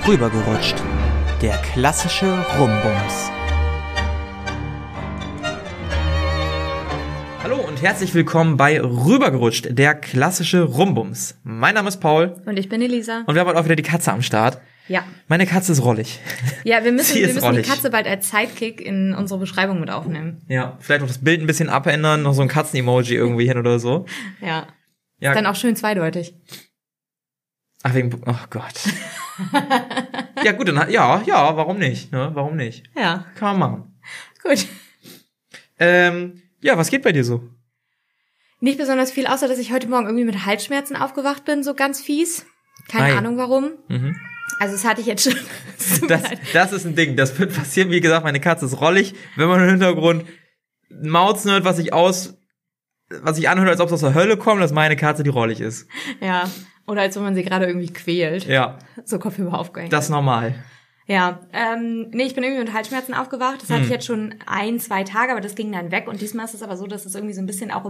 Rübergerutscht. Der klassische Rumbums. Hallo und herzlich willkommen bei Rübergerutscht, der klassische Rumbums. Mein Name ist Paul. Und ich bin Elisa. Und wir haben heute auch wieder die Katze am Start. Ja. Meine Katze ist rollig. Ja, wir müssen rollig. die Katze bald als Sidekick in unsere Beschreibung mit aufnehmen. Ja, vielleicht noch das Bild ein bisschen abändern, noch so ein Katzen-Emoji irgendwie hin oder so. Ja. Ja. Ist dann auch schön zweideutig. Ach, oh Gott. Ja gut, dann ja, warum nicht? Ne? Warum nicht? Ja. Kann man machen. Gut. Ja, was geht bei dir so? Nicht besonders viel, außer dass ich heute Morgen irgendwie mit Halsschmerzen aufgewacht bin, so ganz fies. Keine Ei. Ahnung warum. Mhm. Also das hatte ich jetzt schon. Das ist ein Ding, das wird passieren. Wie gesagt, meine Katze ist rollig. Wenn man im Hintergrund Mauzen hört, was sich anhört, als ob es aus der Hölle kommt, das ist meine Katze, die rollig ist. Ja. Oder als wenn man sie gerade irgendwie quält. Ja. So Kopfhörer aufgehängt. Das ist normal. Ja, ich bin irgendwie mit Halsschmerzen aufgewacht. Das hatte ich jetzt schon 1-2 Tage, aber das ging dann weg. Und diesmal ist es aber so, dass es irgendwie so ein bisschen auch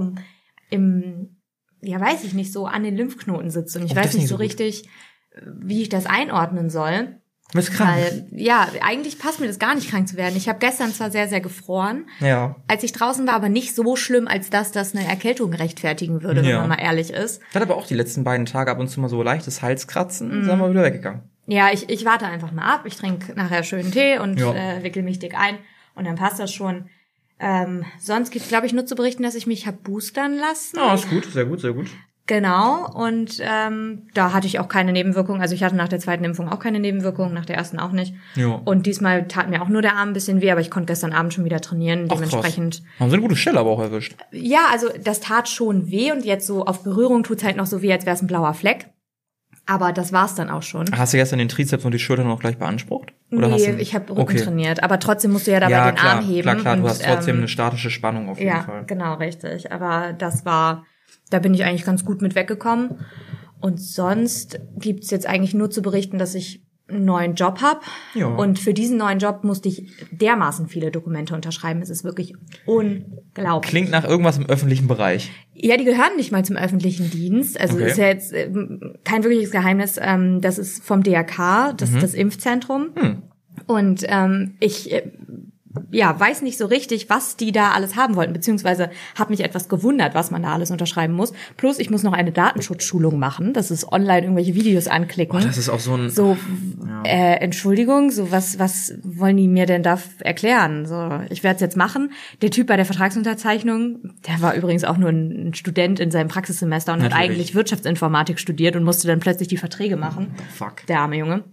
im ja, weiß ich nicht, so an den Lymphknoten sitzt. Und ich weiß nicht so richtig, wie ich das einordnen soll. Du bist krank. Weil, ja, eigentlich passt mir das gar nicht, krank zu werden. Ich habe gestern zwar sehr, sehr gefroren, Ja. als ich draußen war, aber nicht so schlimm, als dass das eine Erkältung rechtfertigen würde, wenn man mal ehrlich ist. Ich hatte aber auch die letzten beiden Tage ab und zu mal so leichtes Halskratzen, sind wir wieder weggegangen. Ja, ich warte einfach mal ab. Ich trinke nachher schönen Tee und Ja. wickel mich dick ein und dann passt das schon. Sonst gibt's, glaube ich, nur zu berichten, dass ich mich hab boostern lassen. Ja, ist gut, sehr gut, sehr gut. Genau, und da hatte ich auch keine Nebenwirkungen. Also ich hatte nach der zweiten Impfung auch keine Nebenwirkungen, nach der ersten auch nicht. Ja. Und diesmal tat mir auch nur der Arm ein bisschen weh, aber ich konnte gestern Abend schon wieder trainieren. Ach, Dementsprechend. krass. Haben sie eine gute Stelle aber auch erwischt. Ja, also das tat schon weh und jetzt so auf Berührung tut's halt noch so weh, als wäre es ein blauer Fleck. Aber das war's dann auch schon. Hast du gestern den Trizeps und die Schultern noch gleich beansprucht? Oder hast du... Ich habe Rücken trainiert, aber trotzdem musst du ja dabei den Arm heben. Klar, und, du hast trotzdem eine statische Spannung auf jeden Fall. Ja, genau, richtig. Aber da bin ich eigentlich ganz gut mit weggekommen. Und sonst gibt's jetzt eigentlich nur zu berichten, dass ich einen neuen Job habe. Ja. Und für diesen neuen Job musste ich dermaßen viele Dokumente unterschreiben. Es ist wirklich unglaublich. Klingt nach irgendwas im öffentlichen Bereich. Ja, die gehören nicht mal zum öffentlichen Dienst. Also Okay. ist ja jetzt kein wirkliches Geheimnis. Das ist vom DRK, das ist das Impfzentrum. Und ich weiß nicht so richtig, was die da alles haben wollten, beziehungsweise habe mich etwas gewundert, was man da alles unterschreiben muss. Plus, ich muss noch eine Datenschutzschulung machen. Das ist online irgendwelche Videos anklicken. Oh, das ist auch so ein... Entschuldigung, so was wollen die mir denn da erklären? So, ich werde es jetzt machen. Der Typ bei der Vertragsunterzeichnung, der war übrigens auch nur ein Student in seinem Praxissemester und hat eigentlich Wirtschaftsinformatik studiert und musste dann plötzlich die Verträge machen. Fuck. Der arme Junge.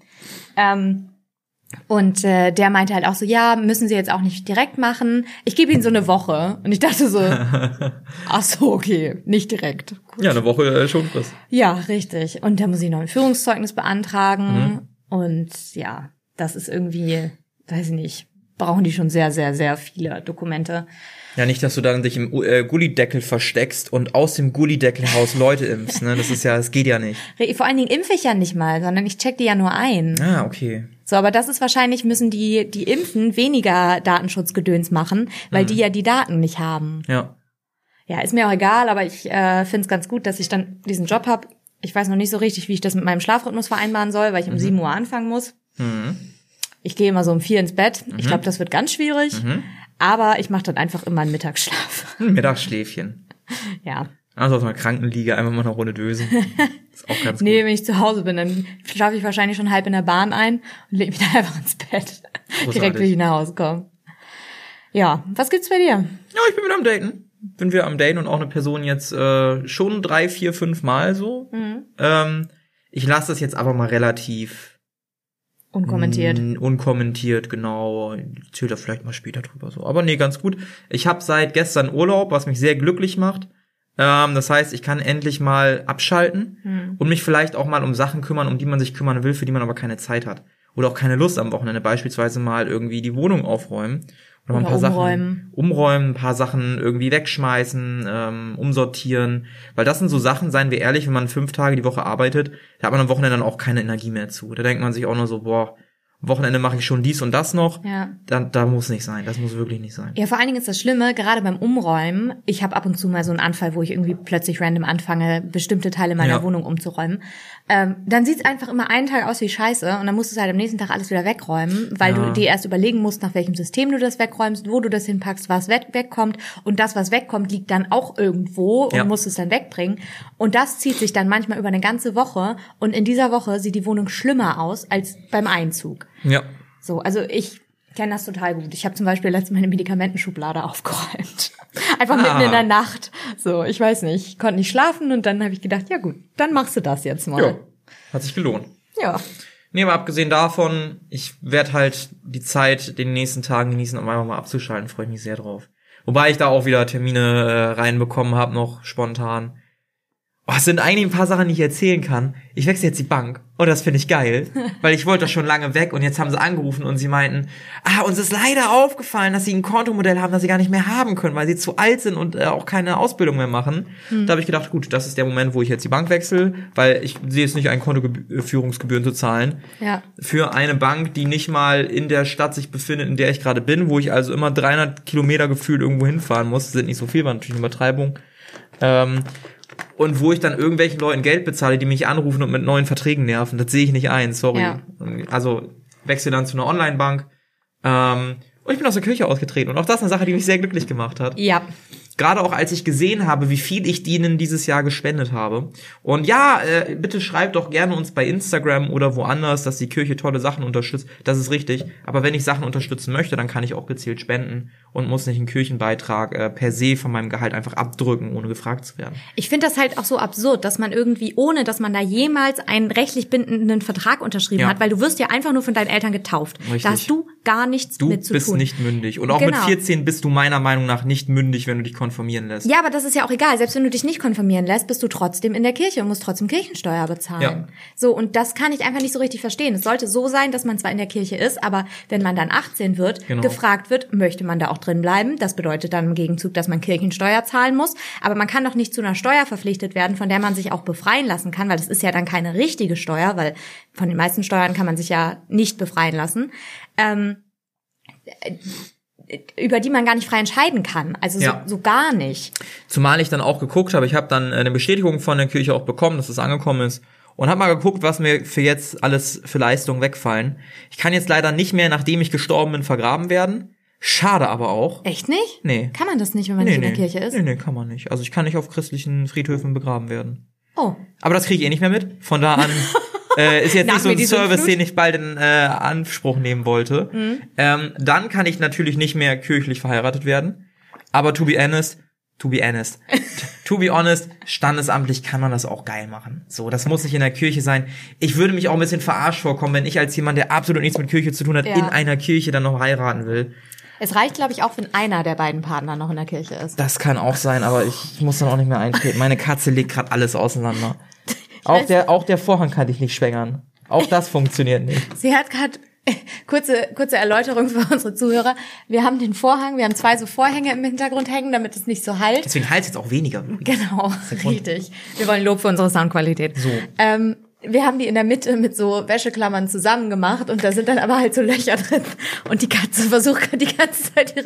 Und der meinte halt auch so, ja, müssen Sie jetzt auch nicht direkt machen. Ich gebe Ihnen so eine Woche. Und ich dachte so, ach so, okay, nicht direkt. Gut. Ja, eine Woche schon was. Ja, richtig. Und da muss ich noch ein Führungszeugnis beantragen. Und ja, das ist irgendwie, weiß ich nicht, brauchen die schon sehr, sehr, sehr viele Dokumente. Ja, nicht, dass du dann dich im Gullideckel versteckst und aus dem Gullideckelhaus Leute impfst, ne? Das geht ja nicht. Vor allen Dingen impfe ich ja nicht mal, sondern ich check die ja nur ein. Ah, okay. So, aber das ist wahrscheinlich, müssen die Impfen weniger Datenschutzgedöns machen, weil die ja die Daten nicht haben. Ja. Ja, ist mir auch egal, aber ich finde es ganz gut, dass ich dann diesen Job habe. Ich weiß noch nicht so richtig, wie ich das mit meinem Schlafrhythmus vereinbaren soll, weil ich um 7 Uhr anfangen muss. Ich gehe immer so um 4 ins Bett. Ich glaube, das wird ganz schwierig. Aber ich mache dann einfach immer einen Mittagsschlaf. Ein Mittagsschläfchen. Ja. Also auf einer Krankenliege einfach mal eine Runde dösen. Ist auch ganz Nee, gut. wenn ich zu Hause bin, dann schlafe ich wahrscheinlich schon halb in der Bahn ein und lege mich dann einfach ins Bett. Direkt, wenn ich nach Hause komme. Ja, was gibt's bei dir? Ja, ich bin wieder am Daten. Bin wir am Daten und auch eine Person jetzt schon 3, 4, 5 Mal so. Ich lasse das jetzt aber mal relativ unkommentiert, genau. Erzähl da vielleicht mal später drüber so. Aber nee, ganz gut. Ich habe seit gestern Urlaub, was mich sehr glücklich macht. Das heißt, ich kann endlich mal abschalten und mich vielleicht auch mal um Sachen kümmern, um die man sich kümmern will, für die man aber keine Zeit hat. Oder auch keine Lust am Wochenende, beispielsweise mal irgendwie die Wohnung aufräumen. Oder mal ein paar Sachen umräumen, ein paar Sachen irgendwie wegschmeißen, umsortieren. Weil das sind so Sachen, seien wir ehrlich, wenn man 5 Tage die Woche arbeitet, da hat man am Wochenende dann auch keine Energie mehr zu. Da denkt man sich auch nur so, boah, Wochenende mache ich schon dies und das noch. Ja. Da muss nicht sein. Das muss wirklich nicht sein. Ja, vor allen Dingen ist das Schlimme, gerade beim Umräumen, ich habe ab und zu mal so einen Anfall, wo ich irgendwie plötzlich random anfange, bestimmte Teile meiner Wohnung umzuräumen. dann sieht's einfach immer einen Tag aus wie Scheiße und dann musst du halt am nächsten Tag alles wieder wegräumen, weil du dir erst überlegen musst, nach welchem System du das wegräumst, wo du das hinpackst, was wegkommt und das, was wegkommt, liegt dann auch irgendwo und musst es dann wegbringen und das zieht sich dann manchmal über eine ganze Woche und in dieser Woche sieht die Wohnung schlimmer aus als beim Einzug. Ja. So, also ich kenne das total gut. Ich habe zum Beispiel letztens meine Medikamentenschublade aufgeräumt. Einfach mitten in der Nacht. So, ich weiß nicht, ich konnte nicht schlafen und dann habe ich gedacht, ja gut, dann machst du das jetzt mal. Ja, hat sich gelohnt. Ja. Nee, aber abgesehen davon, ich werde halt die Zeit den nächsten Tagen genießen, um einfach mal abzuschalten, freue ich mich sehr drauf. Wobei ich da auch wieder Termine reinbekommen habe, noch spontan. Oh, es sind eigentlich ein paar Sachen, die ich erzählen kann. Ich wechsle jetzt die Bank. Und das finde ich geil. Weil ich wollte das schon lange weg und jetzt haben sie angerufen und sie meinten, uns ist leider aufgefallen, dass sie ein Kontomodell haben, das sie gar nicht mehr haben können, weil sie zu alt sind und auch keine Ausbildung mehr machen. Da habe ich gedacht, gut, das ist der Moment, wo ich jetzt die Bank wechsle, weil ich sehe es nicht ein, Kontoführungsgebühren zu zahlen. Ja. Für eine Bank, die nicht mal in der Stadt sich befindet, in der ich gerade bin, wo ich also immer 300 Kilometer gefühlt irgendwo hinfahren muss. Das sind nicht so viel, war natürlich eine Übertreibung. Und wo ich dann irgendwelchen Leuten Geld bezahle, die mich anrufen und mit neuen Verträgen nerven. Das sehe ich nicht ein, sorry. Ja. Also wechsle dann zu einer Online-Bank. Und ich bin aus der Kirche ausgetreten. Und auch das ist eine Sache, die mich sehr glücklich gemacht hat. Ja. Gerade auch, als ich gesehen habe, wie viel ich denen dieses Jahr gespendet habe. Und ja, bitte schreibt doch gerne uns bei Instagram oder woanders, dass die Kirche tolle Sachen unterstützt. Das ist richtig. Aber wenn ich Sachen unterstützen möchte, dann kann ich auch gezielt spenden und muss nicht einen Kirchenbeitrag per se von meinem Gehalt einfach abdrücken, ohne gefragt zu werden. Ich finde das halt auch so absurd, dass man irgendwie, ohne dass man da jemals einen rechtlich bindenden Vertrag unterschrieben hat, weil du wirst ja einfach nur von deinen Eltern getauft. Richtig. Da hast du gar nichts mit zu tun. Du bist nicht mündig. Und auch mit 14 bist du meiner Meinung nach nicht mündig, wenn du dich konfirmieren lässt. Ja, aber das ist ja auch egal. Selbst wenn du dich nicht konfirmieren lässt, bist du trotzdem in der Kirche und musst trotzdem Kirchensteuer bezahlen. Ja. So, und das kann ich einfach nicht so richtig verstehen. Es sollte so sein, dass man zwar in der Kirche ist, aber wenn man dann 18 wird, gefragt wird, möchte man da auch drin bleiben. Das bedeutet dann im Gegenzug, dass man Kirchensteuer zahlen muss. Aber man kann doch nicht zu einer Steuer verpflichtet werden, von der man sich auch befreien lassen kann, weil das ist ja dann keine richtige Steuer, weil von den meisten Steuern kann man sich ja nicht befreien lassen. Über die man gar nicht frei entscheiden kann. Also so gar nicht. Zumal ich dann auch geguckt habe, ich habe dann eine Bestätigung von der Kirche auch bekommen, dass es angekommen ist. Und habe mal geguckt, was mir für jetzt alles für Leistungen wegfallen. Ich kann jetzt leider nicht mehr, nachdem ich gestorben bin, vergraben werden. Schade aber auch. Echt nicht? Nee. Kann man das nicht, wenn man nicht in der Kirche ist? Nee, kann man nicht. Also ich kann nicht auf christlichen Friedhöfen begraben werden. Oh. Aber das kriege ich eh nicht mehr mit. Von da an ist jetzt nicht so ein Service, den ich bald in Anspruch nehmen wollte. Dann kann ich natürlich nicht mehr kirchlich verheiratet werden. Aber to be honest, standesamtlich kann man das auch geil machen. So, das muss nicht in der Kirche sein. Ich würde mich auch ein bisschen verarscht vorkommen, wenn ich als jemand, der absolut nichts mit Kirche zu tun hat, in einer Kirche dann noch heiraten will. Es reicht, glaube ich, auch, wenn einer der beiden Partner noch in der Kirche ist. Das kann auch sein, aber ich muss dann auch nicht mehr eintreten. Meine Katze legt gerade alles auseinander. Auch der Vorhang kann ich nicht schwängern. Auch das funktioniert nicht. Sie hat gerade kurze Erläuterung für unsere Zuhörer. Wir haben den Vorhang, wir haben 2 so Vorhänge im Hintergrund hängen, damit es nicht so hallt. Deswegen hallt es jetzt auch weniger. Genau, richtig. Wir wollen Lob für unsere Soundqualität. So. Wir haben die in der Mitte mit so Wäscheklammern zusammen gemacht und da sind dann aber halt so Löcher drin und die Katze versucht die ganze Zeit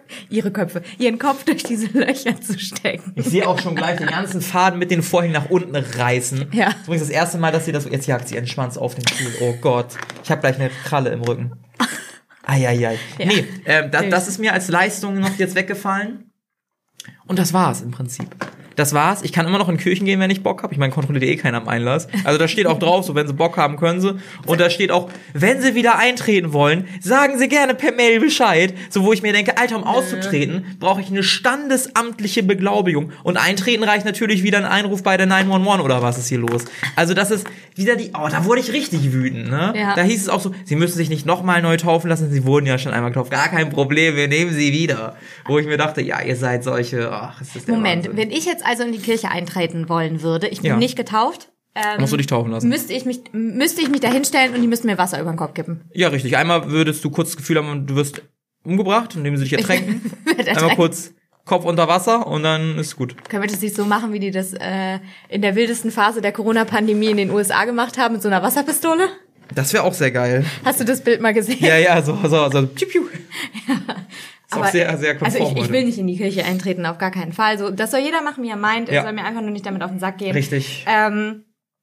ihren Kopf durch diese Löcher zu stecken. Ich sehe auch schon gleich den ganzen Faden mit den Vorhängen nach unten reißen. Ja. Das ist übrigens das erste Mal, dass sie das, jetzt jagt sie ihren Schwanz auf den Stuhl. Oh Gott. Ich habe gleich eine Kralle im Rücken. Eieiei. Ja. Nee, das ist mir als Leistung noch jetzt weggefallen. Und das war's im Prinzip. Das war's. Ich kann immer noch in Kirchen gehen, wenn ich Bock habe. Ich meine, kontrolliert eh keiner am Einlass. Also da steht auch drauf, so wenn sie Bock haben, können sie. Und da steht auch, wenn sie wieder eintreten wollen, sagen sie gerne per Mail Bescheid. So, wo ich mir denke, Alter, um auszutreten, brauche ich eine standesamtliche Beglaubigung. Und eintreten reicht natürlich wieder ein Einruf bei der 911 oder was ist hier los. Also das ist wieder da wurde ich richtig wütend, ne? Ja. Da hieß es auch so, sie müssen sich nicht nochmal neu taufen lassen, sie wurden ja schon einmal getauft. Gar kein Problem, wir nehmen sie wieder. Wo ich mir dachte, ja, ihr seid solche, ist das der Moment, Wahnsinn. Wenn ich jetzt also in die Kirche eintreten wollen würde, ich bin nicht getauft, musst du dich taufen lassen. Müsste ich mich da hinstellen und die müssten mir Wasser über den Kopf kippen. Ja, richtig. Einmal würdest du kurz das Gefühl haben, du wirst umgebracht, indem sie dich ertränken. Einmal kurz Kopf unter Wasser und dann ist gut. Können wir das nicht so machen, wie die das in der wildesten Phase der Corona-Pandemie in den USA gemacht haben, mit so einer Wasserpistole? Das wäre auch sehr geil. Hast du das Bild mal gesehen? Ja, so piu, piu. Ja. Ist auch sehr, sehr konform. Also ich will nicht in die Kirche eintreten, auf gar keinen Fall. So, das soll jeder machen, wie er meint. Er soll mir einfach nur nicht damit auf den Sack gehen. Richtig.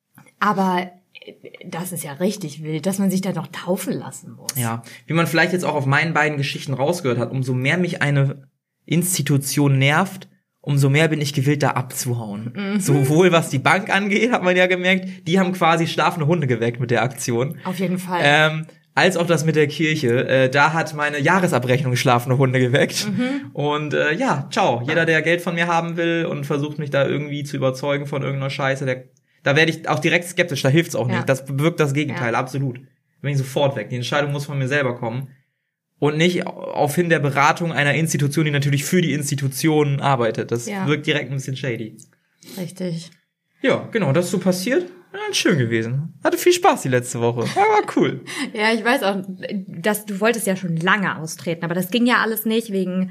Aber das ist ja richtig wild, dass man sich da noch taufen lassen muss. Ja, wie man vielleicht jetzt auch auf meinen beiden Geschichten rausgehört hat, umso mehr mich eine Institution nervt, umso mehr bin ich gewillt, da abzuhauen. Mhm. Sowohl was die Bank angeht, hat man ja gemerkt, die haben quasi schlafende Hunde geweckt mit der Aktion. Auf jeden Fall. Als auch das mit der Kirche. Da hat meine Jahresabrechnung schlafende Hunde geweckt. Mhm. Und ja, ciao. Jeder, der Geld von mir haben will und versucht mich da irgendwie zu überzeugen von irgendeiner Scheiße, da werde ich auch direkt skeptisch. Da hilft's auch nicht. Das bewirkt das Gegenteil, absolut. Da bin ich sofort weg. Die Entscheidung muss von mir selber kommen. Und nicht auf hin der Beratung einer Institution, die natürlich für die Institution arbeitet. Das wirkt direkt ein bisschen shady. Richtig. Ja, genau, das ist so passiert. Ja, schön gewesen. Hatte viel Spaß die letzte Woche. War cool. Ja, ich weiß auch, dass du wolltest ja schon lange austreten, aber das ging ja alles nicht wegen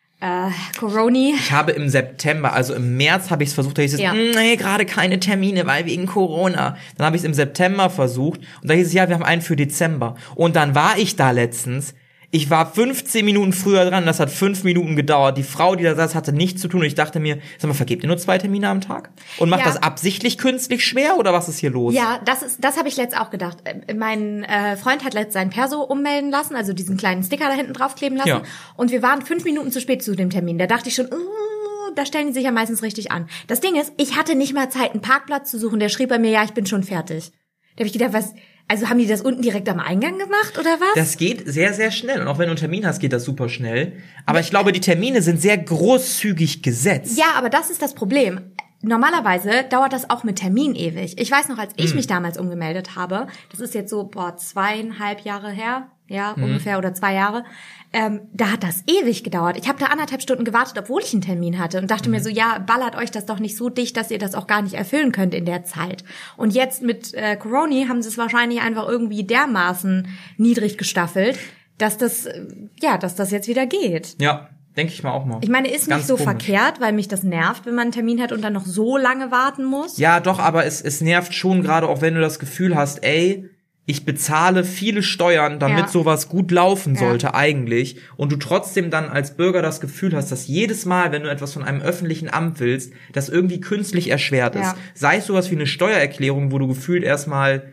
Corona. Ich habe im September, also im März habe ich es versucht, da hieß es, nee, gerade keine Termine, weil wegen Corona. Dann habe ich es im September versucht und da hieß es, ja, wir haben einen für Dezember. Und dann war ich da letztens. Ich war 15 Minuten früher dran, das hat 5 Minuten gedauert. Die Frau, die da saß, hatte nichts zu tun und ich dachte mir, sag mal, vergebt ihr nur 2 Termine am Tag? Und macht das absichtlich künstlich schwer oder was ist hier los? Ja, das habe ich letzt auch gedacht. Mein Freund hat letzt seinen Perso ummelden lassen, also diesen kleinen Sticker da hinten draufkleben lassen. Ja. Und wir waren 5 Minuten zu spät zu dem Termin. Da dachte ich schon, da stellen die sich ja meistens richtig an. Das Ding ist, ich hatte nicht mal Zeit, einen Parkplatz zu suchen. Der schrieb bei mir, ja, ich bin schon fertig. Da habe ich gedacht, was... Also haben die das unten direkt am Eingang gemacht, oder was? Das geht sehr, sehr schnell. Und auch wenn du einen Termin hast, geht das super schnell. Aber ich glaube, die Termine sind sehr großzügig gesetzt. Ja, aber das ist das Problem. Normalerweise dauert das auch mit Termin ewig. Ich weiß noch, als ich mich damals umgemeldet habe, das ist jetzt so, 2,5 Jahre her, ja, ungefähr, oder 2 Jahre, da hat das ewig gedauert. Ich habe da 1,5 Stunden gewartet, obwohl ich einen Termin hatte und dachte mir so, ja, ballert euch das doch nicht so dicht, dass ihr das auch gar nicht erfüllen könnt in der Zeit. Und jetzt mit Corona haben sie es wahrscheinlich einfach irgendwie dermaßen niedrig gestaffelt, dass das jetzt wieder geht. Ja. Denke ich mal auch mal. Ich meine, ist nicht so verkehrt, weil mich das nervt, wenn man einen Termin hat und dann noch so lange warten muss. Ja, doch, aber es nervt schon, gerade auch wenn du das Gefühl hast, ey, ich bezahle viele Steuern, damit sowas gut laufen sollte eigentlich. Und du trotzdem dann als Bürger das Gefühl hast, dass jedes Mal, wenn du etwas von einem öffentlichen Amt willst, das irgendwie künstlich erschwert ist. Sei es sowas wie eine Steuererklärung, wo du gefühlt erstmal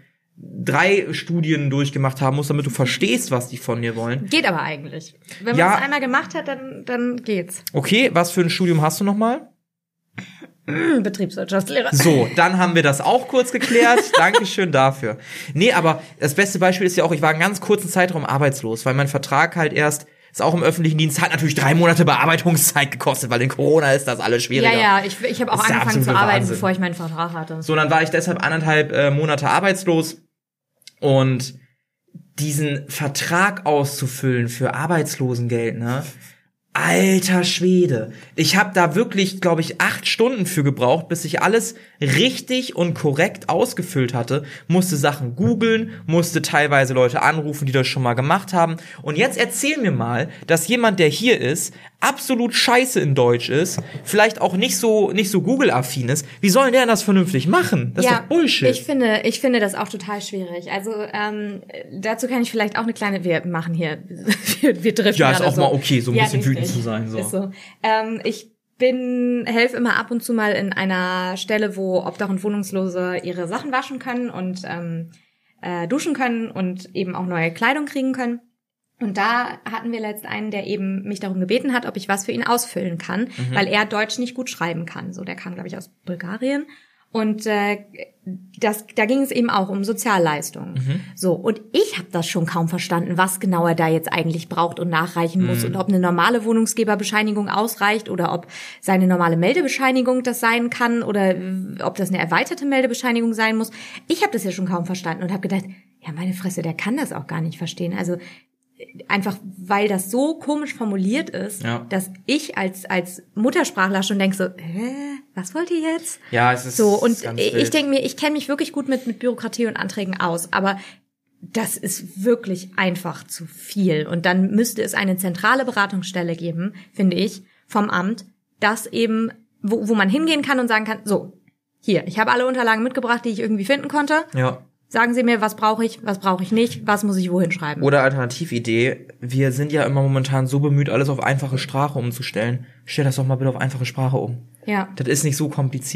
3 Studien durchgemacht haben musst, damit du verstehst, was die von dir wollen. Geht aber eigentlich. Wenn man es einmal gemacht hat, dann geht's. Okay, was für ein Studium hast du nochmal? Betriebswirtschaftslehrer. So, dann haben wir das auch kurz geklärt. Dankeschön dafür. Nee, aber das beste Beispiel ist ja auch, ich war einen ganz kurzen Zeitraum arbeitslos, weil mein Vertrag halt ist auch im öffentlichen Dienst, hat natürlich 3 Monate Bearbeitungszeit gekostet, weil in Corona ist das alles schwieriger. Ja, ich habe auch angefangen zu arbeiten, bevor ich meinen Vertrag hatte. So, dann war ich deshalb 1,5 Monate arbeitslos und diesen Vertrag auszufüllen für Arbeitslosengeld, ne? Alter Schwede. Ich habe da wirklich, glaube ich, 8 Stunden für gebraucht, bis ich alles richtig und korrekt ausgefüllt hatte. Musste Sachen googeln, musste teilweise Leute anrufen, die das schon mal gemacht haben. Und jetzt erzähl mir mal, dass jemand, der hier ist, absolut scheiße in Deutsch ist, vielleicht auch nicht so Google-affin ist. Wie soll der denn das vernünftig machen? Das ist doch Bullshit. Ich finde das auch total schwierig. Also dazu kann ich vielleicht auch eine kleine, wir machen hier, wir driften. Ja, ist auch so mal okay, so ein bisschen wütend zu sein. So. Ist so. Ich helfe immer ab und zu mal in einer Stelle, wo Obdach- und Wohnungslose ihre Sachen waschen können und duschen können und eben auch neue Kleidung kriegen können. Und da hatten wir letzt einen, der eben mich darum gebeten hat, ob ich was für ihn ausfüllen kann, weil er Deutsch nicht gut schreiben kann. So, der kam, glaube ich, aus Bulgarien. Und da ging es eben auch um Sozialleistungen. So, und ich habe das schon kaum verstanden, was genau er da jetzt eigentlich braucht und nachreichen muss und ob eine normale Wohnungsgeberbescheinigung ausreicht oder ob seine normale Meldebescheinigung das sein kann oder ob das eine erweiterte Meldebescheinigung sein muss. Ich habe das ja schon kaum verstanden und habe gedacht, ja, meine Fresse, der kann das auch gar nicht verstehen. Also einfach, weil das so komisch formuliert ist, dass ich als Muttersprachler schon denke so, was wollt ihr jetzt? Ja, es ist so. Und ich denke mir, ich kenne mich wirklich gut mit Bürokratie und Anträgen aus, aber das ist wirklich einfach zu viel. Und dann müsste es eine zentrale Beratungsstelle geben, finde ich, vom Amt, das eben, wo man hingehen kann und sagen kann, so, hier, ich habe alle Unterlagen mitgebracht, die ich irgendwie finden konnte. Ja. Sagen Sie mir, was brauche ich nicht, was muss ich wohin schreiben? Oder Alternatividee, wir sind ja immer momentan so bemüht, alles auf einfache Sprache umzustellen. Stell das doch mal bitte auf einfache Sprache um. Ja. Das ist nicht so kompliziert.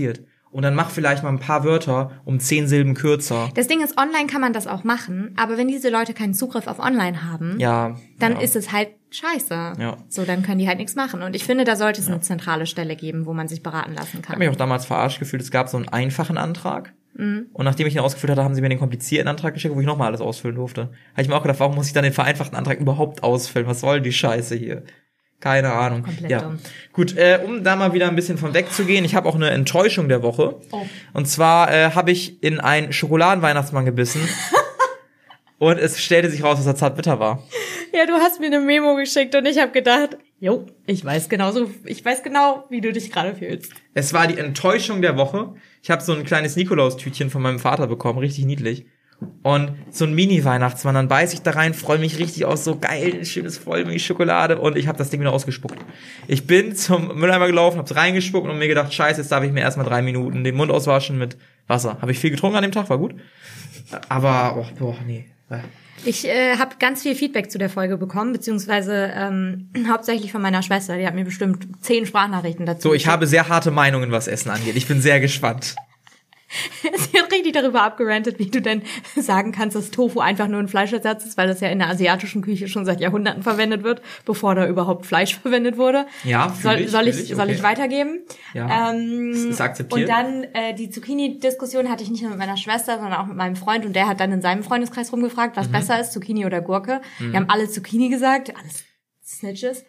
und dann mach vielleicht mal ein paar Wörter um 10 Silben kürzer. Das Ding ist, online kann man das auch machen, aber wenn diese Leute keinen Zugriff auf online haben, dann ist es halt scheiße. Ja. So, dann können die halt nichts machen. Und ich finde, da sollte es eine zentrale Stelle geben, wo man sich beraten lassen kann. Ich habe mich auch damals verarscht gefühlt, es gab so einen einfachen Antrag. Und nachdem ich ihn ausgefüllt hatte, haben sie mir den komplizierten Antrag geschickt, wo ich nochmal alles ausfüllen durfte. Habe ich mir auch gedacht, warum muss ich dann den vereinfachten Antrag überhaupt ausfüllen? Was soll die Scheiße hier? Keine Ahnung. Komplett dumm. Gut, um da mal wieder ein bisschen von wegzugehen, ich habe auch eine Enttäuschung der Woche. Oh. Und zwar habe ich in einen Schokoladenweihnachtsmann gebissen. Und es stellte sich raus, dass er zartbitter war. Ja, du hast mir eine Memo geschickt und ich habe gedacht, jo, ich weiß genau, wie du dich gerade fühlst. Es war die Enttäuschung der Woche. Ich habe so ein kleines Nikolaustütchen von meinem Vater bekommen, richtig niedlich. Und so ein Mini-Weihnachtsmann, dann beiß ich da rein, freue mich richtig aus, so geil, schönes Vollmilchschokolade und ich habe das Ding wieder ausgespuckt. Ich bin zum Mülleimer gelaufen, hab's reingespuckt und mir gedacht, scheiße, jetzt darf ich mir erstmal 3 Minuten den Mund auswaschen mit Wasser. Habe ich viel getrunken an dem Tag, war gut. Aber, nee. Ich habe ganz viel Feedback zu der Folge bekommen, beziehungsweise hauptsächlich von meiner Schwester. Die hat mir bestimmt 10 Sprachnachrichten dazu. So, ich habe sehr harte Meinungen, was Essen angeht. Ich bin sehr gespannt. Sie hat richtig darüber abgerantet, wie du denn sagen kannst, dass Tofu einfach nur ein Fleischersatz ist, weil das ja in der asiatischen Küche schon seit Jahrhunderten verwendet wird, bevor da überhaupt Fleisch verwendet wurde. Ja, soll ich weitergeben? Ja, ist akzeptiert. Und dann die Zucchini-Diskussion hatte ich nicht nur mit meiner Schwester, sondern auch mit meinem Freund und der hat dann in seinem Freundeskreis rumgefragt, was besser ist, Zucchini oder Gurke. Wir haben alle Zucchini gesagt, alles Snitches.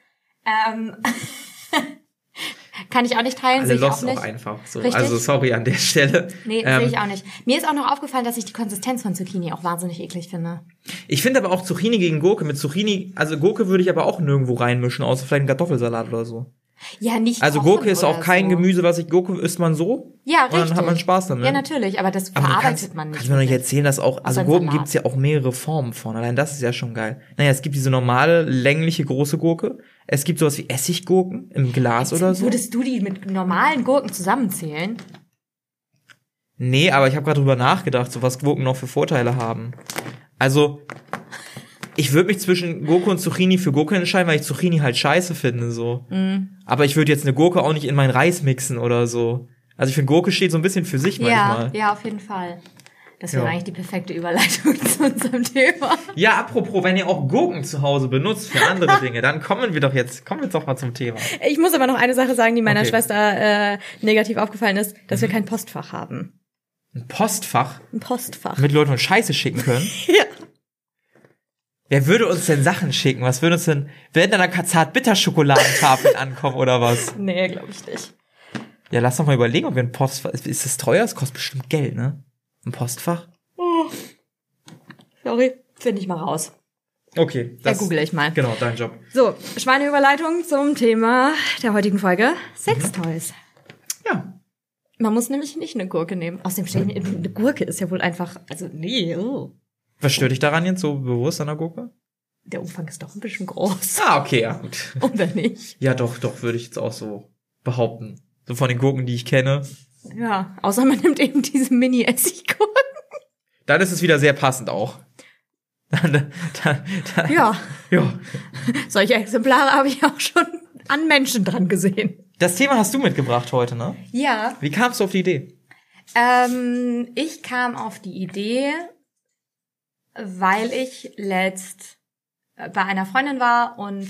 Kann ich auch nicht teilen, sehe ich auch nicht. Auch einfach so. Also sorry an der Stelle. Nee, sehe ich auch nicht. Mir ist auch noch aufgefallen, dass ich die Konsistenz von Zucchini auch wahnsinnig eklig finde. Ich finde aber auch Zucchini gegen Gurke. Mit Zucchini, also Gurke würde ich aber auch nirgendwo reinmischen, außer vielleicht einen Kartoffelsalat oder so. Ja, nicht. Also Gurke ist auch kein Gemüse, Gurke isst man so. Ja, richtig. Und dann hat man Spaß damit. Ja, natürlich, aber das verarbeitet man nicht. Kannst du mir noch nicht erzählen, dass auch, also Gurken gibt's ja auch mehrere Formen von. Allein das ist ja schon geil. Naja, es gibt diese normale, längliche, große Gurke. Es gibt sowas wie Essiggurken im Glas oder so. Würdest du die mit normalen Gurken zusammenzählen? Nee, aber ich habe gerade drüber nachgedacht, so was Gurken noch für Vorteile haben. Also, ich würde mich zwischen Gurke und Zucchini für Gurke entscheiden, weil ich Zucchini halt scheiße finde, so. Aber ich würde jetzt eine Gurke auch nicht in meinen Reis mixen oder so. Also ich finde, Gurke steht so ein bisschen für sich manchmal. Ja, auf jeden Fall. Das wäre eigentlich die perfekte Überleitung zu unserem Thema. Ja, apropos, wenn ihr auch Gurken zu Hause benutzt für andere Dinge, dann kommen wir jetzt doch mal zum Thema. Ich muss aber noch eine Sache sagen, die meiner Schwester negativ aufgefallen ist, dass wir kein Postfach haben. Ein Postfach? Ein Postfach. Damit Leute uns Scheiße schicken können? Ja. Wer würde uns denn Sachen schicken? Was würde uns denn, werden da Zart-Bitter-Schokoladentafeln ankommen oder was? Nee, glaube ich nicht. Ja, lass doch mal überlegen, ob wir ein Postfach, ist das teuer? Das kostet bestimmt Geld, ne? Ein Postfach? Oh. Sorry, finde ich mal raus. Okay. Das google ich mal. Genau, dein Job. So, Schweineüberleitung zum Thema der heutigen Folge. Sextoys. Ja. Man muss nämlich nicht eine Gurke nehmen. Außerdem stelle ich mir, eine Gurke ist ja wohl einfach, also nee, oh. Was stört dich daran jetzt so bewusst an der Gurke? Der Umfang ist doch ein bisschen groß. Ah, okay, ja, gut. Oder nicht? Ja, doch, würde ich jetzt auch so behaupten. So von den Gurken, die ich kenne. Ja, außer man nimmt eben diese Mini-Essiggurken. Dann ist es wieder sehr passend auch. Ja. Ja. Solche Exemplare habe ich auch schon an Menschen dran gesehen. Das Thema hast du mitgebracht heute, ne? Ja. Wie kamst du auf die Idee? Ich kam auf die Idee, weil ich letzt bei einer Freundin war und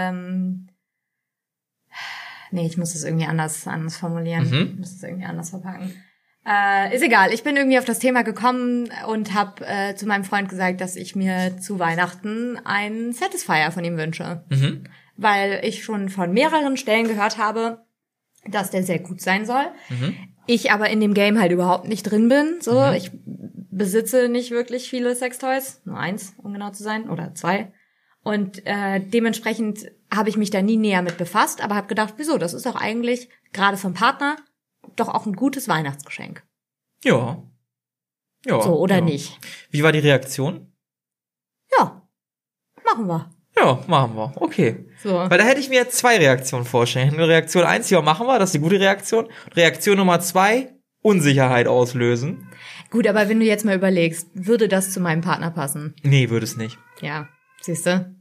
ich muss es irgendwie anders formulieren. Ich muss es irgendwie anders verpacken. Ist egal, ich bin irgendwie auf das Thema gekommen und habe zu meinem Freund gesagt, dass ich mir zu Weihnachten einen Satisfier von ihm wünsche. Weil ich schon von mehreren Stellen gehört habe, dass der sehr gut sein soll. Ich aber in dem Game halt überhaupt nicht drin bin. So, ich besitze nicht wirklich viele Sextoys, nur 1, um genau zu sein, oder 2. Und dementsprechend habe ich mich da nie näher mit befasst, aber habe gedacht, wieso, das ist doch eigentlich, gerade vom Partner, doch auch ein gutes Weihnachtsgeschenk. Ja. So, oder nicht? Wie war die Reaktion? Ja, machen wir. Ja, machen wir. Okay. So. Weil da hätte ich mir jetzt 2 Reaktionen vorstellen. Reaktion 1, ja, machen wir, das ist die gute Reaktion. Reaktion Nummer 2, Unsicherheit auslösen. Gut, aber wenn du jetzt mal überlegst, würde das zu meinem Partner passen? Nee, würde es nicht. Ja, siehst du?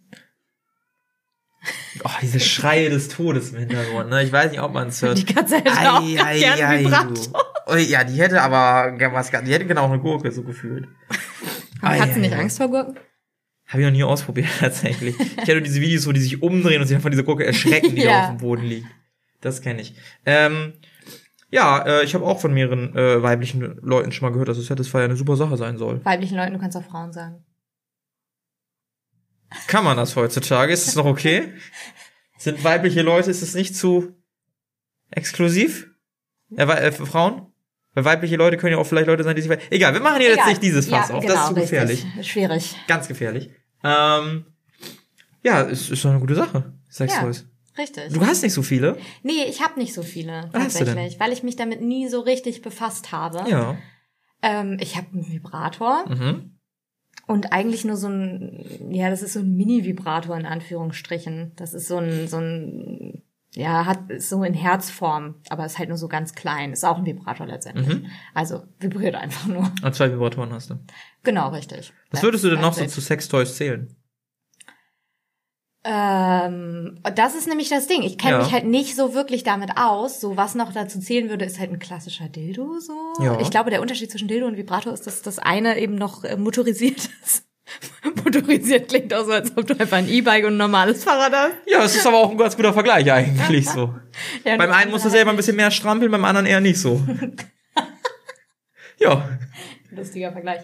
Oh, diese Schreie des Todes im Hintergrund, ne? Ich weiß nicht, ob man es hört. Die Katze hätte auch gern Vibrato. Oh, ja, die hätte aber die hätte genau eine Gurke, so gefühlt. Hat sie nicht Angst vor Gurken? Habe ich noch nie ausprobiert, tatsächlich. Ich kenne diese Videos, wo die sich umdrehen und sich von dieser Gurke erschrecken, die da auf dem Boden liegt. Das kenne ich. Ich habe auch von mehreren weiblichen Leuten schon mal gehört, dass Satisfyer eine super Sache sein soll. Weiblichen Leuten, du kannst auch Frauen sagen. Kann man das heutzutage? Ist es noch okay? Sind weibliche Leute, ist es nicht zu exklusiv? Für Frauen? Weil weibliche Leute können ja auch vielleicht Leute sein, die sich... Egal, wir machen hier jetzt nicht dieses Fass auf. Genau, das ist zu gefährlich. Richtig. Schwierig. Ganz gefährlich. Ist doch eine gute Sache. Sextoys. Ja, richtig. Du hast nicht so viele? Nee, ich habe nicht so viele, Was hast du denn? weil ich mich damit nie so richtig befasst habe. Ja. Ich habe einen Vibrator. Mhm. Und eigentlich nur das ist so ein Mini-Vibrator in Anführungsstrichen. Das ist ist so in Herzform, aber ist halt nur so ganz klein. Ist auch ein Vibrator letztendlich. Mhm. Also vibriert einfach nur. Und 2 Vibratoren hast du. Genau, richtig. Was würdest du denn noch so zu Sextoys zählen? Das ist nämlich das Ding. Ich kenne mich halt nicht so wirklich damit aus. So, was noch dazu zählen würde, ist halt ein klassischer Dildo, so. Ja. Ich glaube, der Unterschied zwischen Dildo und Vibrator ist, dass das eine eben noch motorisiert ist. Motorisiert klingt auch so, als ob du einfach ein E-Bike und ein normales Fahrrad hast. Ja, es ist aber auch ein ganz guter Vergleich eigentlich so. Ja, beim einen musst du selber ein bisschen mehr strampeln, beim anderen eher nicht so. Ja. Lustiger Vergleich.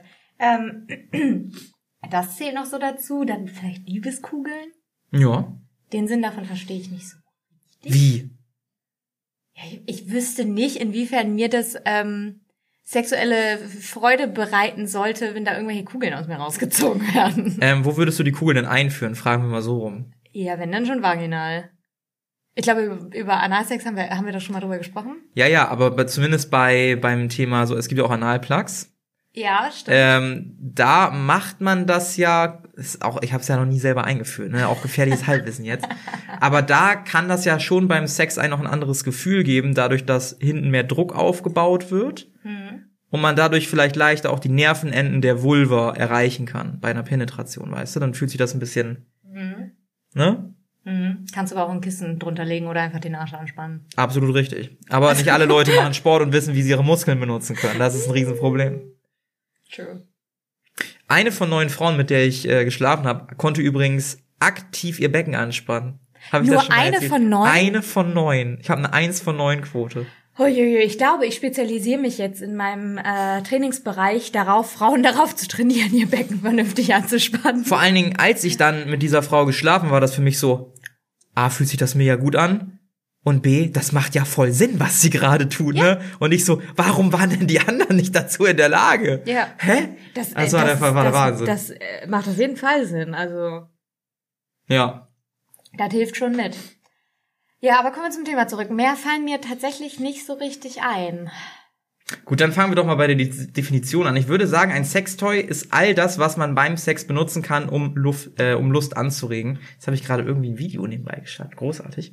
Das zählt noch so dazu. Dann vielleicht Liebeskugeln. Ja. Den Sinn davon verstehe ich nicht so richtig. Wie? Ja, ich wüsste nicht, inwiefern mir das sexuelle Freude bereiten sollte, wenn da irgendwelche Kugeln aus mir rausgezogen werden. Wo würdest du die Kugeln denn einführen? Fragen wir mal so rum. Ja, wenn dann schon vaginal. Ich glaube, über Analsex haben wir da schon mal drüber gesprochen. Ja, aber zumindest beim Thema so, es gibt ja auch Analplugs. Ja, stimmt. Da macht man das ja, ich habe es ja noch nie selber eingeführt, ne, auch gefährliches Halbwissen jetzt. Aber da kann das ja schon beim Sex noch ein anderes Gefühl geben, dadurch, dass hinten mehr Druck aufgebaut wird und man dadurch vielleicht leichter auch die Nervenenden der Vulva erreichen kann bei einer Penetration, weißt du? Dann fühlt sich das ein bisschen, ne? Kannst du aber auch ein Kissen drunter legen oder einfach den Arsch anspannen. Absolut richtig. Aber nicht alle Leute machen Sport und wissen, wie sie ihre Muskeln benutzen können. Das ist ein Riesenproblem. True. Eine von 9 Frauen, mit der ich geschlafen habe, konnte übrigens aktiv ihr Becken anspannen. Hab ich Nur das schon mal eine erzählt? von 9? Eine von 9. Ich habe eine 1 von 9 Quote. Ich glaube, ich spezialisiere mich jetzt in meinem Trainingsbereich darauf, Frauen darauf zu trainieren, ihr Becken vernünftig anzuspannen. Vor allen Dingen, als ich dann mit dieser Frau geschlafen war, das für mich so, A, fühlt sich das mega gut an. Und B, das macht ja voll Sinn, was sie gerade tut, ne? Und ich so, warum waren denn die anderen nicht dazu in der Lage? Ja. Hä? Das war der Wahnsinn. Das macht auf jeden Fall Sinn, also. Ja. Das hilft schon mit. Ja, aber kommen wir zum Thema zurück. Mehr fallen mir tatsächlich nicht so richtig ein. Gut, dann fangen wir doch mal bei der Definition an. Ich würde sagen, ein Sextoy ist all das, was man beim Sex benutzen kann, um Lust anzuregen. Jetzt habe ich gerade irgendwie ein Video nebenbei geschaut. Großartig.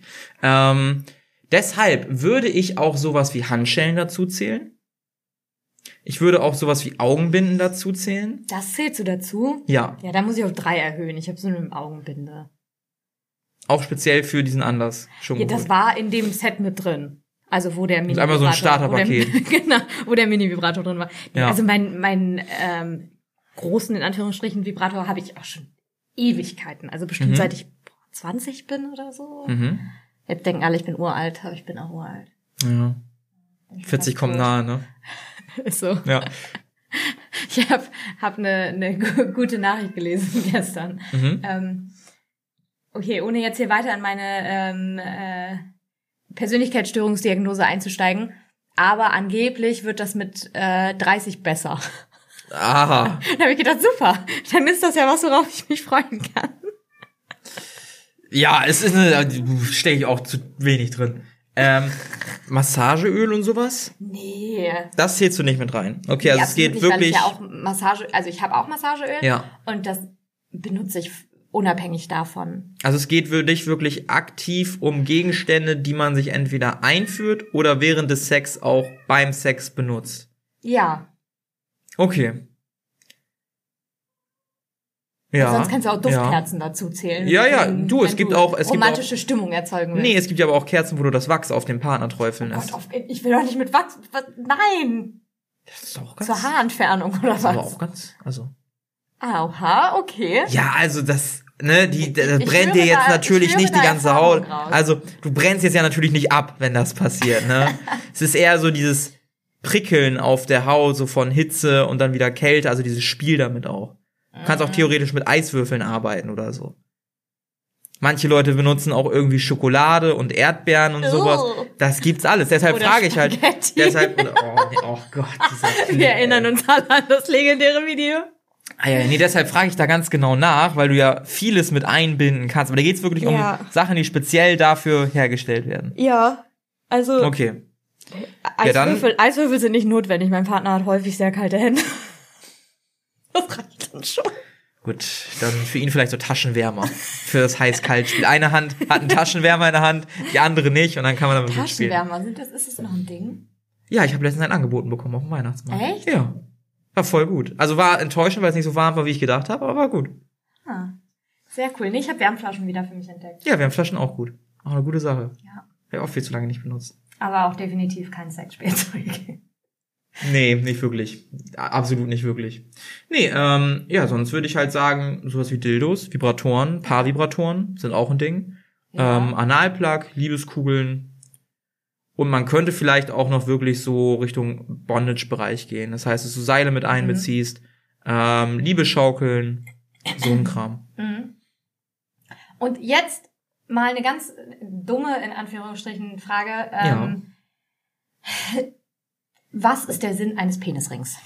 Deshalb würde ich auch sowas wie Handschellen dazu zählen. Ich würde auch sowas wie Augenbinden dazu zählen. Das zählst du dazu? Ja. Ja, da muss ich auf 3 erhöhen. Ich habe so eine Augenbinde. Auch speziell für diesen Anlass schon. Ja, das war in dem Set mit drin. Also wo der Mini-Vibrator... Einmal so ein Starterpaket. Genau, wo der Mini-Vibrator drin war. Ja. Also mein großen, in Anführungsstrichen, Vibrator habe ich auch schon Ewigkeiten. Also bestimmt seit ich 20 bin oder so. Jetzt denken alle, ich bin uralt, aber ich bin auch uralt. Ja. 40 kommt nahe, ne? Ist so. Ja. Ich hab eine gute Nachricht gelesen gestern. Okay, ohne jetzt hier weiter an meine Persönlichkeitsstörungsdiagnose einzusteigen, aber angeblich wird das mit 30 besser. Aha. Da habe ich gedacht, super, dann ist das ja was, worauf ich mich freuen kann. Ja, es ist stecke ich auch zu wenig drin. Massageöl und sowas? Nee. Das zählst du nicht mit rein. Okay, also es geht nicht, wirklich... Weil ich habe auch Massageöl. Ja. Und das benutze ich unabhängig davon. Also es geht für dich wirklich aktiv um Gegenstände, die man sich entweder einführt oder während des Sex auch beim Sex benutzt. Ja. Okay. Ja. Sonst kannst du auch Duftkerzen dazu zählen. Ja, du, es gibt auch romantische Stimmung erzeugen willst. Nee, es gibt ja aber auch Kerzen, wo du das Wachs auf den Partner träufeln lässt. Gott, ich will doch nicht mit Wachs. Nein! Das ist auch ganz... Zur Haarentfernung oder was? Aber auch ganz, also... Aha, okay. Ja, also das... Ne, das brennt dir jetzt natürlich nicht die ganze Haut. Also, du brennst jetzt ja natürlich nicht ab, wenn das passiert, ne? Es ist eher so dieses Prickeln auf der Haut, so von Hitze und dann wieder Kälte, also dieses Spiel damit auch. Du kannst auch theoretisch mit Eiswürfeln arbeiten oder so. Manche Leute benutzen auch irgendwie Schokolade und Erdbeeren und sowas. Das gibt's alles. Deshalb frage ich halt. Oh Gott. Wir erinnern uns alle an das legendäre Video. Deshalb frage ich da ganz genau nach, weil du ja vieles mit einbinden kannst. Aber da geht's wirklich um Sachen, die speziell dafür hergestellt werden. Ja, also... Okay. Eiswürfel sind nicht notwendig. Mein Partner hat häufig sehr kalte Hände. Das reicht dann schon. Gut, dann für ihn vielleicht so Taschenwärmer für das Heiß-Kalt-Spiel. Eine Hand hat einen Taschenwärmer in der Hand, die andere nicht und dann kann man damit gut spielen. Taschenwärmer, ist das noch ein Ding? Ja, ich habe letztens ein angeboten bekommen auf dem Weihnachtsmarkt. Echt? Ja. War voll gut. Also war enttäuschend, weil es nicht so warm war, wie ich gedacht habe, aber war gut. Ah, sehr cool. Nee, ich habe Wärmflaschen wieder für mich entdeckt. Ja, Wärmflaschen auch gut. Auch eine gute Sache. Ja. Habe ich auch viel zu lange nicht benutzt. Aber auch definitiv kein Sexspielzeug. Nee, nicht wirklich. Absolut nicht wirklich. Nee, sonst würde ich halt sagen, sowas wie Dildos, Vibratoren, Paarvibratoren sind auch ein Ding. Ja. Analplug, Liebeskugeln. Und man könnte vielleicht auch noch wirklich so Richtung Bondage-Bereich gehen. Das heißt, dass du Seile mit einbeziehst, Liebesschaukeln, so ein Kram. Und jetzt mal eine ganz dumme, in Anführungsstrichen, Frage. Was ist der Sinn eines Penisrings?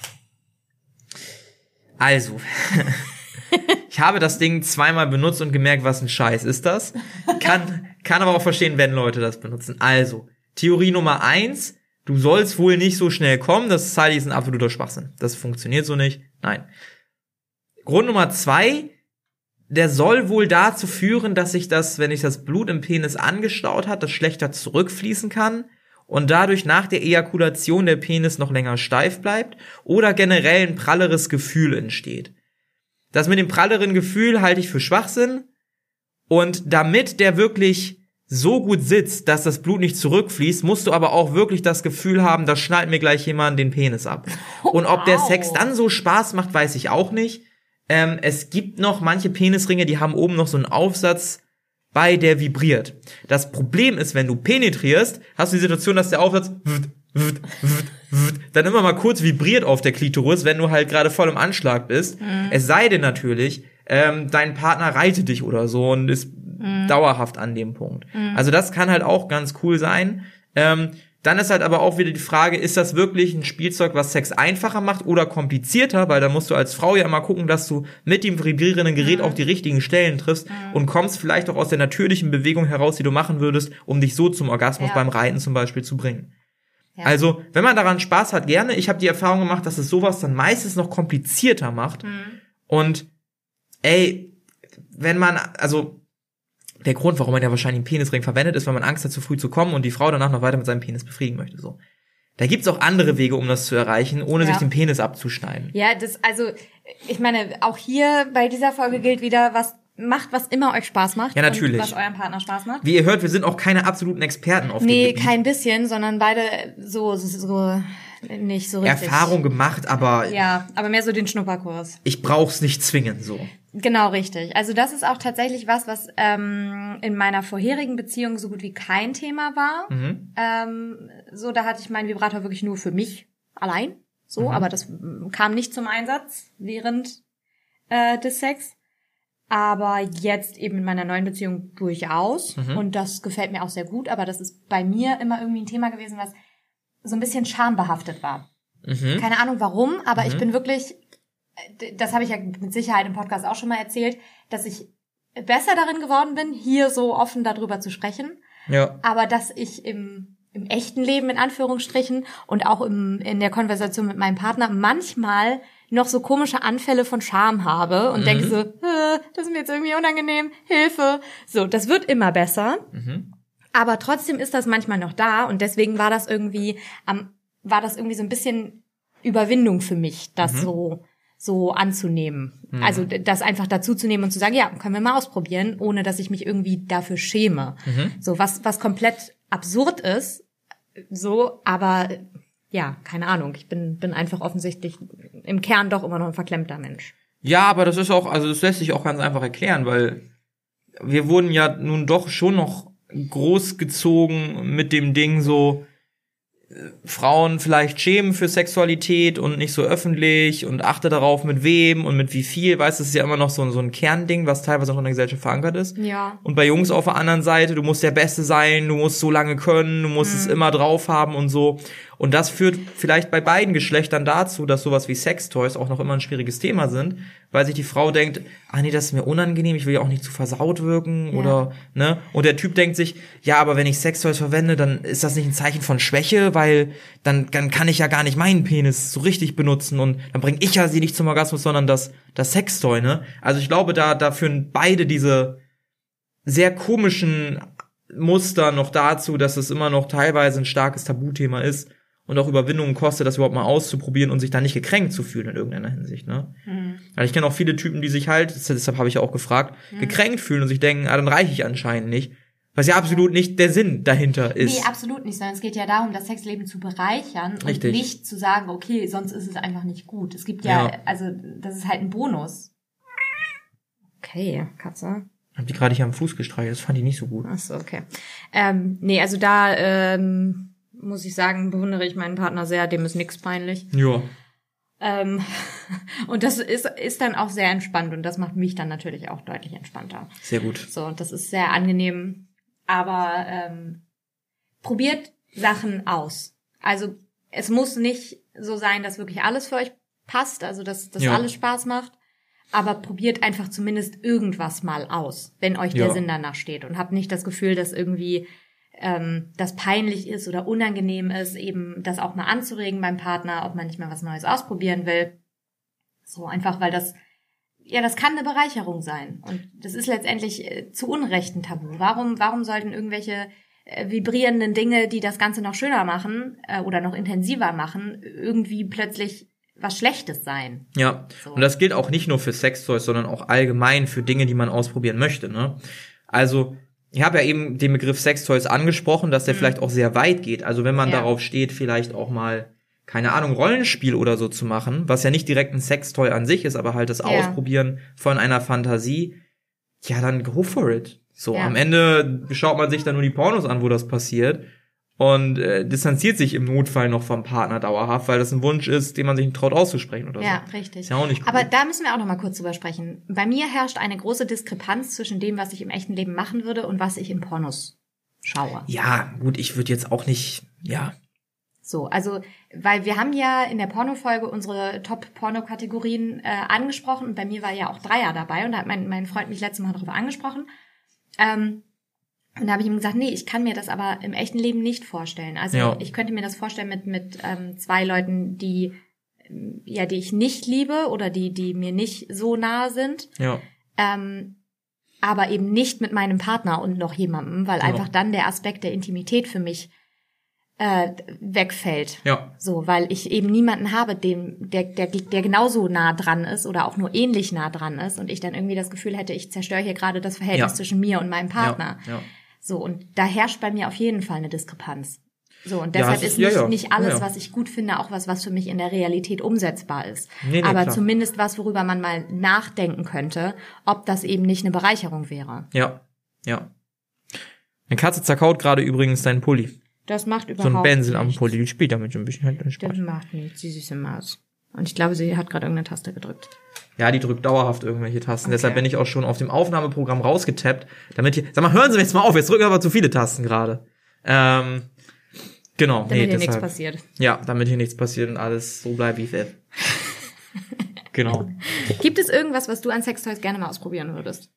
Also, ich habe das Ding zweimal benutzt und gemerkt, was ein Scheiß ist das. Kann aber auch verstehen, wenn Leute das benutzen. Also, Theorie Nummer 1, du sollst wohl nicht so schnell kommen, das halte ich ist ein absoluter Schwachsinn. Das funktioniert so nicht. Nein. Grund Nummer 2, der soll wohl dazu führen, dass sich das, wenn sich das Blut im Penis angestaut hat, das schlechter zurückfließen kann und dadurch nach der Ejakulation der Penis noch länger steif bleibt oder generell ein pralleres Gefühl entsteht. Das mit dem pralleren Gefühl halte ich für Schwachsinn und damit der wirklich so gut sitzt, dass das Blut nicht zurückfließt, musst du aber auch wirklich das Gefühl haben, da schnallt mir gleich jemand den Penis ab. Und ob der Sex dann so Spaß macht, weiß ich auch nicht. Es gibt noch manche Penisringe, die haben oben noch so einen Aufsatz bei, der vibriert. Das Problem ist, wenn du penetrierst, hast du die Situation, dass der Aufsatz dann immer mal kurz vibriert auf der Klitoris, wenn du halt gerade voll im Anschlag bist. Es sei denn natürlich, dein Partner reitet dich oder so und ist dauerhaft an dem Punkt. Also das kann halt auch ganz cool sein. Dann ist halt aber auch wieder die Frage, ist das wirklich ein Spielzeug, was Sex einfacher macht oder komplizierter? Weil da musst du als Frau ja immer gucken, dass du mit dem vibrierenden Gerät auch die richtigen Stellen triffst und kommst vielleicht auch aus der natürlichen Bewegung heraus, die du machen würdest, um dich so zum Orgasmus beim Reiten zum Beispiel zu bringen. Ja. Also, wenn man daran Spaß hat, gerne. Ich habe die Erfahrung gemacht, dass es sowas dann meistens noch komplizierter macht. Und wenn man, also der Grund, warum man ja wahrscheinlich einen Penisring verwendet, ist, weil man Angst hat, zu früh zu kommen und die Frau danach noch weiter mit seinem Penis befriedigen möchte. So. Da gibt's auch andere Wege, um das zu erreichen, ohne sich den Penis abzuschneiden. Ja, ich meine, auch hier bei dieser Folge gilt wieder, was immer euch Spaß macht. Ja, natürlich. Und was eurem Partner Spaß macht. Wie ihr hört, wir sind auch keine absoluten Experten auf dem Gebiet. Nee, kein bisschen, sondern beide so nicht so richtig. Erfahrung gemacht, aber... Ja, aber mehr so den Schnupperkurs. Ich brauch's nicht zwingen, so. Genau, richtig. Also das ist auch tatsächlich was in meiner vorherigen Beziehung so gut wie kein Thema war. Da hatte ich meinen Vibrator wirklich nur für mich allein. Aber das kam nicht zum Einsatz während des Sex. Aber jetzt eben in meiner neuen Beziehung durchaus. Und das gefällt mir auch sehr gut. Aber das ist bei mir immer irgendwie ein Thema gewesen, was so ein bisschen schambehaftet war. Keine Ahnung warum, aber ich bin wirklich, das habe ich ja mit Sicherheit im Podcast auch schon mal erzählt, dass ich besser darin geworden bin, hier so offen darüber zu sprechen. Ja. Aber dass ich im echten Leben, in Anführungsstrichen, und auch in der Konversation mit meinem Partner manchmal noch so komische Anfälle von Scham habe und denke so, das ist mir jetzt irgendwie unangenehm, Hilfe. So, das wird immer besser. Aber trotzdem ist das manchmal noch da und deswegen war das irgendwie so ein bisschen Überwindung für mich, das so so anzunehmen. Also das einfach dazuzunehmen und zu sagen, ja, können wir mal ausprobieren, ohne dass ich mich irgendwie dafür schäme. So was komplett absurd ist, so, aber ja, keine Ahnung. Ich bin einfach offensichtlich im Kern doch immer noch ein verklemmter Mensch. Ja, aber das ist auch, also das lässt sich auch ganz einfach erklären, weil wir wurden ja nun doch schon noch großgezogen mit dem Ding so, Frauen vielleicht schämen für Sexualität und nicht so öffentlich und achte darauf, mit wem und mit wie viel. Weißt du, das ist ja immer noch so ein Kernding, was teilweise auch in der Gesellschaft verankert ist. Ja. Und bei Jungs auf der anderen Seite, du musst der Beste sein, du musst so lange können, du musst es immer drauf haben und so. Und das führt vielleicht bei beiden Geschlechtern dazu, dass sowas wie Sextoys auch noch immer ein schwieriges Thema sind, weil sich die Frau denkt, nee, das ist mir unangenehm, ich will ja auch nicht zu versaut wirken oder, ne? Und der Typ denkt sich, ja, aber wenn ich Sextoys verwende, dann ist das nicht ein Zeichen von Schwäche, weil dann kann ich ja gar nicht meinen Penis so richtig benutzen und dann bringe ich ja sie nicht zum Orgasmus, sondern das Sextoy, ne? Also ich glaube, da führen beide diese sehr komischen Muster noch dazu, dass es immer noch teilweise ein starkes Tabuthema ist und auch Überwindungen kostet, das überhaupt mal auszuprobieren und sich dann nicht gekränkt zu fühlen in irgendeiner Hinsicht, ne? Also ich kenne auch viele Typen, die sich halt, deshalb habe ich ja auch gefragt, gekränkt fühlen und sich denken, dann reiche ich anscheinend nicht. Was ja absolut nicht der Sinn dahinter ist. Nee, absolut nicht, sondern es geht ja darum, das Sexleben zu bereichern und nicht zu sagen, okay, sonst ist es einfach nicht gut. Es gibt ja, also das ist halt ein Bonus. Okay, Katze. Hab die gerade hier am Fuß gestreichelt, das fand ich nicht so gut. Ach so, okay. Nee, also da muss ich sagen, bewundere ich meinen Partner sehr, dem ist nix peinlich. Ja. Und das ist dann auch sehr entspannt und das macht mich dann natürlich auch deutlich entspannter. Sehr gut. So, das ist sehr angenehm. Aber probiert Sachen aus. Also es muss nicht so sein, dass wirklich alles für euch passt, also dass alles Spaß macht. Aber probiert einfach zumindest irgendwas mal aus, wenn euch der Sinn danach steht. Und habt nicht das Gefühl, dass irgendwie das peinlich ist oder unangenehm ist, eben das auch mal anzuregen beim Partner, ob man nicht mal was Neues ausprobieren will. So einfach, weil das kann eine Bereicherung sein. Und das ist letztendlich zu Unrecht ein Tabu. Warum sollten irgendwelche vibrierenden Dinge, die das Ganze noch schöner machen oder noch intensiver machen, irgendwie plötzlich was Schlechtes sein? Ja, so. Und das gilt auch nicht nur für Sextoys, sondern auch allgemein für Dinge, die man ausprobieren möchte, ne? Also, ich habe ja eben den Begriff Sextoys angesprochen, dass der vielleicht auch sehr weit geht. Also wenn man darauf steht, vielleicht auch mal, keine Ahnung, Rollenspiel oder so zu machen, was ja nicht direkt ein Sextoy an sich ist, aber halt das Ausprobieren von einer Fantasie, ja, dann go for it. So, am Ende schaut man sich dann nur die Pornos an, wo das passiert und distanziert sich im Notfall noch vom Partner dauerhaft, weil das ein Wunsch ist, den man sich nicht traut auszusprechen oder so. Ja, richtig. Ist ja auch nicht cool. Aber da müssen wir auch noch mal kurz drüber sprechen. Bei mir herrscht eine große Diskrepanz zwischen dem, was ich im echten Leben machen würde und was ich in Pornos schaue. Ja, gut, ich würde jetzt auch nicht, So, also, weil wir haben ja in der Pornofolge unsere Top-Porno-Kategorien angesprochen und bei mir war ja auch Dreier dabei und da hat mein Freund mich letztes Mal darüber angesprochen. Und da habe ich ihm gesagt, nee, ich kann mir das aber im echten Leben nicht vorstellen. Also ich könnte mir das vorstellen mit zwei Leuten, die ich nicht liebe oder die mir nicht so nahe sind. Ja. Aber eben nicht mit meinem Partner und noch jemandem, weil einfach dann der Aspekt der Intimität für mich wegfällt. Ja. So, weil ich eben niemanden habe, der genauso nah dran ist oder auch nur ähnlich nah dran ist und ich dann irgendwie das Gefühl hätte, ich zerstöre hier gerade das Verhältnis zwischen mir und meinem Partner. Ja. So, und da herrscht bei mir auf jeden Fall eine Diskrepanz. So, und deshalb ist nicht alles, was ich gut finde, auch was für mich in der Realität umsetzbar ist. Nee, aber klar. Zumindest was, worüber man mal nachdenken könnte, ob das eben nicht eine Bereicherung wäre. Ja. Eine Katze zerkaut gerade übrigens deinen Pulli. Das macht überhaupt nichts. So ein Benzel am Pulli, die spielt damit schon ein bisschen. Das macht nichts, die süße Maus. Und ich glaube, sie hat gerade irgendeine Taste gedrückt. Ja, die drückt dauerhaft irgendwelche Tasten. Okay. Deshalb bin ich auch schon auf dem Aufnahmeprogramm rausgetappt, damit hier, sag mal, hören Sie jetzt mal auf, jetzt drücken aber zu viele Tasten gerade. Genau. Damit hier nichts passiert. Ja, damit hier nichts passiert und alles so bleibt, wie es ist. Genau. Gibt es irgendwas, was du an Sextoys gerne mal ausprobieren würdest?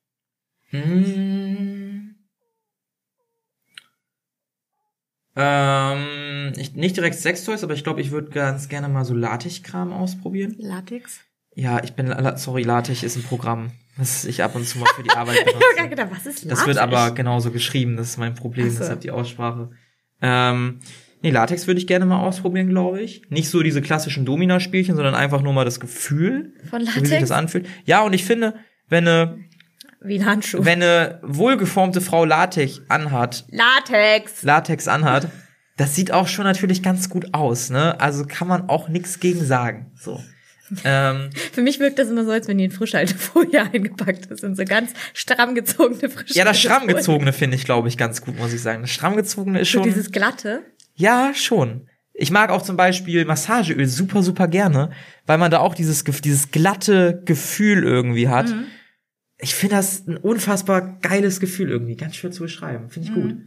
Nicht direkt Sextoys, aber ich glaube, ich würde ganz gerne mal so Latex-Kram ausprobieren. Latex? Ja, Latex ist ein Programm, das ich ab und zu mal für die Arbeit benutze. Ich habe gedacht, was ist Latex? Das wird aber genauso geschrieben, das ist mein Problem, deshalb die Aussprache. Ja, Nee, Latex würde ich gerne mal ausprobieren, glaube ich. Nicht so diese klassischen Domina-Spielchen, sondern einfach nur mal das Gefühl, von Latex? So wie sich das anfühlt. Ja, und ich finde, wie ein Handschuh. Wenn eine wohlgeformte Frau Latex anhat, das sieht auch schon natürlich ganz gut aus, ne? Also kann man auch nichts gegen sagen, so. Für mich wirkt das immer so, als wenn die in Frischhaltefolie eingepackt ist und so ganz stramm gezogene Frischhaltefolie. Ja, das stramm gezogene finde ich, glaube ich, ganz gut, muss ich sagen. Das stramm gezogene ist schon. So dieses glatte? Ja, schon. Ich mag auch zum Beispiel Massageöl super, super gerne, weil man da auch dieses glatte Gefühl irgendwie hat. Mhm. Ich finde das ein unfassbar geiles Gefühl irgendwie. Ganz schwer zu beschreiben. Finde ich gut.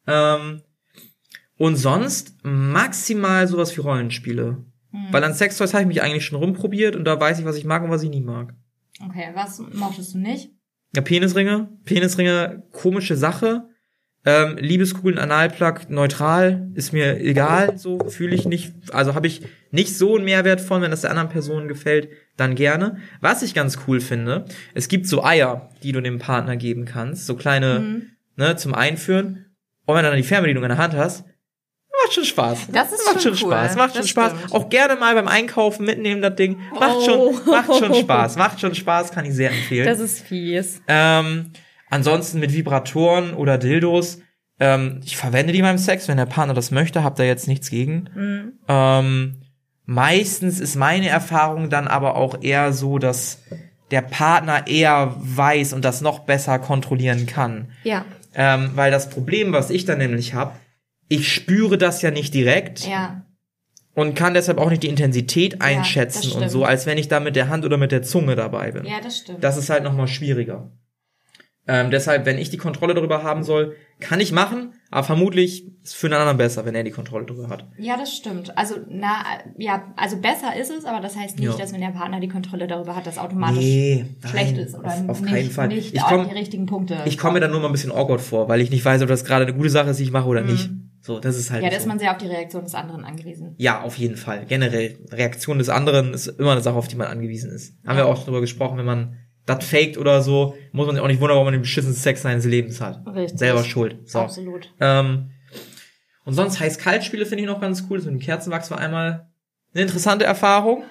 Und sonst maximal sowas wie Rollenspiele. Weil an Sextoys habe ich mich eigentlich schon rumprobiert und da weiß ich, was ich mag und was ich nie mag. Okay, was mochtest du nicht? Ja, Penisringe. Penisringe, komische Sache. Liebeskugeln, Analplug, neutral, ist mir egal, so fühle ich nicht, also habe ich nicht so einen Mehrwert von, wenn das der anderen Person gefällt, dann gerne. Was ich ganz cool finde, es gibt so Eier, die du dem Partner geben kannst, so kleine, ne, zum Einführen. Und wenn du dann die Fernbedienung in der Hand hast, macht schon Spaß. Das ist macht schon cool. Spaß, macht schon Spaß. Stimmt. Auch gerne mal beim Einkaufen mitnehmen, das Ding. Macht schon Spaß, kann ich sehr empfehlen. Das ist fies. Ansonsten mit Vibratoren oder Dildos, ich verwende die beim Sex, wenn der Partner das möchte, hab da jetzt nichts gegen. Meistens ist meine Erfahrung dann aber auch eher so, dass der Partner eher weiß und das noch besser kontrollieren kann. Ja. Weil das Problem, was ich dann nämlich hab, ich spüre das ja nicht direkt. Ja. Und kann deshalb auch nicht die Intensität einschätzen und so, als wenn ich da mit der Hand oder mit der Zunge dabei bin. Ja, das stimmt. Das ist halt nochmal schwieriger. Deshalb, wenn ich die Kontrolle darüber haben soll, kann ich machen, aber vermutlich ist es für einen anderen besser, wenn er die Kontrolle darüber hat. Ja, das stimmt. Also, also besser ist es, aber das heißt nicht, dass wenn der Partner die Kontrolle darüber hat, das automatisch schlecht ist oder auf keinen Fall. Nicht die richtigen Punkte. Ich komme mir dann nur mal ein bisschen awkward vor, weil ich nicht weiß, ob das gerade eine gute Sache ist, die ich mache oder nicht. So, das ist halt. Ja, da ist man sehr auf die Reaktion des anderen angewiesen. Ja, auf jeden Fall. Generell, Reaktion des anderen ist immer eine Sache, auf die man angewiesen ist. Haben wir auch drüber gesprochen, wenn man das faked oder so, muss man sich auch nicht wundern, warum man den beschissenen Sex seines Lebens hat. Richtig. Selber schuld. So. Absolut. Und sonst Heiß-Kalt-Spiele finde ich noch ganz cool. So ein Kerzenwachs war einmal eine interessante Erfahrung.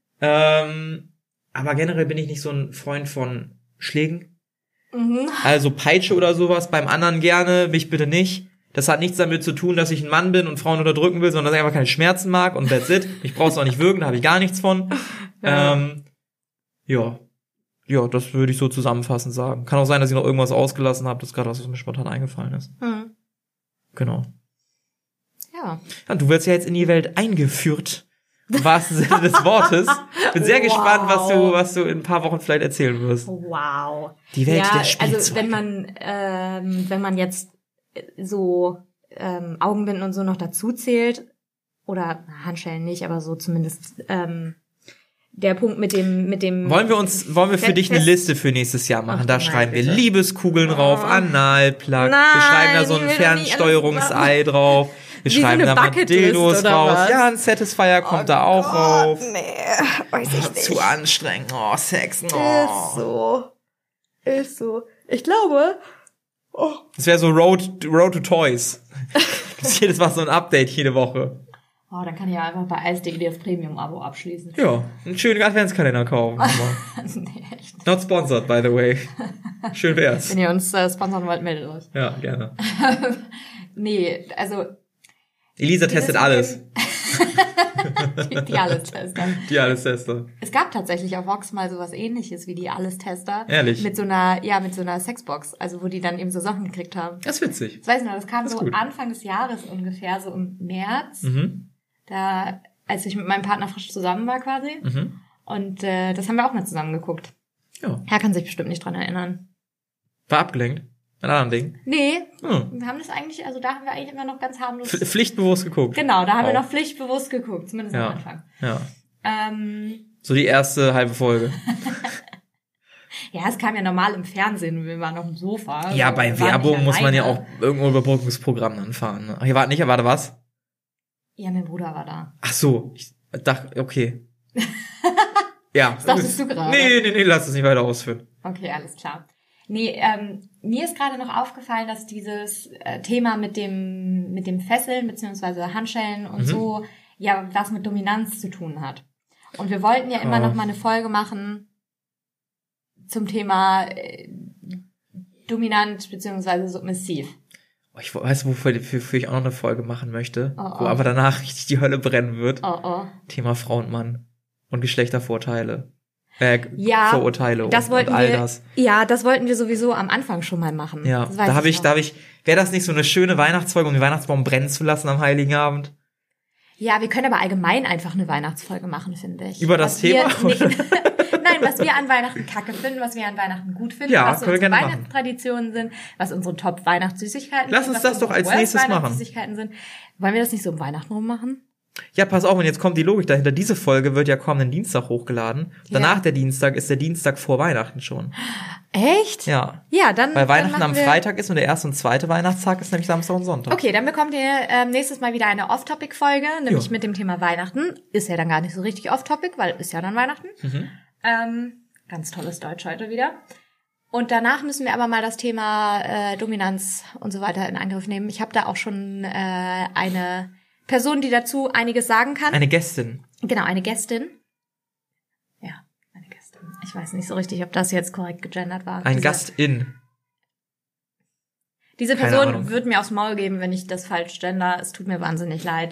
Aber generell bin ich nicht so ein Freund von Schlägen. Also Peitsche oder sowas, beim anderen gerne, mich bitte nicht. Das hat nichts damit zu tun, dass ich ein Mann bin und Frauen unterdrücken will, sondern dass ich einfach keine Schmerzen mag und that's it. Ich brauch's auch nicht würgen, da habe ich gar nichts von. Ja, das würde ich so zusammenfassend sagen. Kann auch sein, dass ich noch irgendwas ausgelassen habe, das gerade was mir spontan eingefallen ist. Genau. Ja. Du wirst ja jetzt in die Welt eingeführt, im wahrsten Sinne des Wortes. Bin sehr gespannt, was du in ein paar Wochen vielleicht erzählen wirst. Wow. Die Welt der Spielzeuge. Also wenn man jetzt so Augenbinden und so noch dazu zählt, oder Handschellen nicht, aber so zumindest der Punkt mit dem Wollen wir für dich eine Liste für nächstes Jahr machen? Da schreiben wir Liebeskugeln drauf, Analplug, wir schreiben da so ein Fernsteuerungsei drauf. Wir schreiben da mal Dildos raus. Was? Ja, ein Satisfier kommt da auch rauf. Nee, weiß ich nicht. Zu anstrengend. Oh, Sex. Ist so. Ich glaube. Das wäre so Road to Toys. Jedes Mal so ein Update jede Woche. Oh, dann kann ich ja einfach bei Eis.de das Premium-Abo abschließen. Ja, einen schönen Adventskalender kaufen. Nee, echt. Not sponsored, by the way. Schön wär's. Wenn ihr uns sponsern wollt, meldet euch. Ja, gerne. Nee, also... Elisa testet alles. die Alles-Tester. Die Alles-Tester. Es gab tatsächlich auf Vox mal sowas ähnliches wie die Alles-Tester. Ehrlich? Mit so einer Sexbox, also wo die dann eben so Sachen gekriegt haben. Das ist witzig. Das weiß ich noch, das kam so gut. Anfang des Jahres ungefähr, so im März. Da, als ich mit meinem Partner frisch zusammen war quasi. Und das haben wir auch mal zusammen geguckt. Ja. Er kann sich bestimmt nicht dran erinnern. War abgelenkt? Ein anderen Ding? Nee, wir haben das eigentlich, also da haben wir eigentlich immer noch ganz harmlos... Pflichtbewusst geguckt? Genau, da haben wir noch pflichtbewusst geguckt, zumindest am Anfang. Ja. So die erste halbe Folge. Ja, es kam ja normal im Fernsehen, wir waren auf dem Sofa. Ja, bei Werbung muss man ja auch irgendwo Überbrückungsprogramm dann fahren. Ne? Ach, ihr wart nicht, warte, was? Ja, mein Bruder war da. Ach so, ich dachte, okay. Ja. Das dachtest du gerade? Nee, lass es nicht weiter ausführen. Okay, alles klar. Nee, mir ist gerade noch aufgefallen, dass dieses Thema mit dem Fesseln beziehungsweise Handschellen und so ja was mit Dominanz zu tun hat. Und wir wollten ja immer noch mal eine Folge machen zum Thema dominant beziehungsweise submissiv. Ich weiß, wofür ich auch noch eine Folge machen möchte, wo aber danach richtig die Hölle brennen wird. Thema Frau und Mann und Geschlechtervorteile. Vorurteile und all das. Ja, das wollten wir sowieso am Anfang schon mal machen. Ja, wäre das nicht so eine schöne Weihnachtsfolge, um den Weihnachtsbaum brennen zu lassen am Heiligen Abend? Ja, wir können aber allgemein einfach eine Weihnachtsfolge machen, finde ich. Über das Thema? Nein, was wir an Weihnachten kacke finden, was wir an Weihnachten gut finden, ja, was unsere Weihnachtstraditionen sind, was unsere Top-Weihnachtssüßigkeiten sind. Lass uns das doch als nächstes machen. Sind. Wollen wir das nicht so um Weihnachten rum machen? Ja, pass auf, und jetzt kommt die Logik dahinter. Diese Folge wird ja kommenden Dienstag hochgeladen. Danach der Dienstag ist der Dienstag vor Weihnachten schon. Echt? Ja. Ja, dann. Weil Weihnachten am Freitag ist und der erste und zweite Weihnachtstag ist nämlich Samstag und Sonntag. Okay, dann bekommt ihr nächstes Mal wieder eine Off-Topic-Folge, nämlich mit dem Thema Weihnachten. Ist ja dann gar nicht so richtig Off-Topic, weil ist ja dann Weihnachten. Ganz tolles Deutsch heute wieder. Und danach müssen wir aber mal das Thema Dominanz und so weiter in Angriff nehmen. Ich habe da auch schon eine Person, die dazu einiges sagen kann. Eine Gästin. Genau, eine Gästin. Ja, eine Gästin. Ich weiß nicht so richtig, ob das jetzt korrekt gegendert war. Ein Gastin. Diese Person wird mir aufs Maul geben, wenn ich das falsch gender. Es tut mir wahnsinnig leid.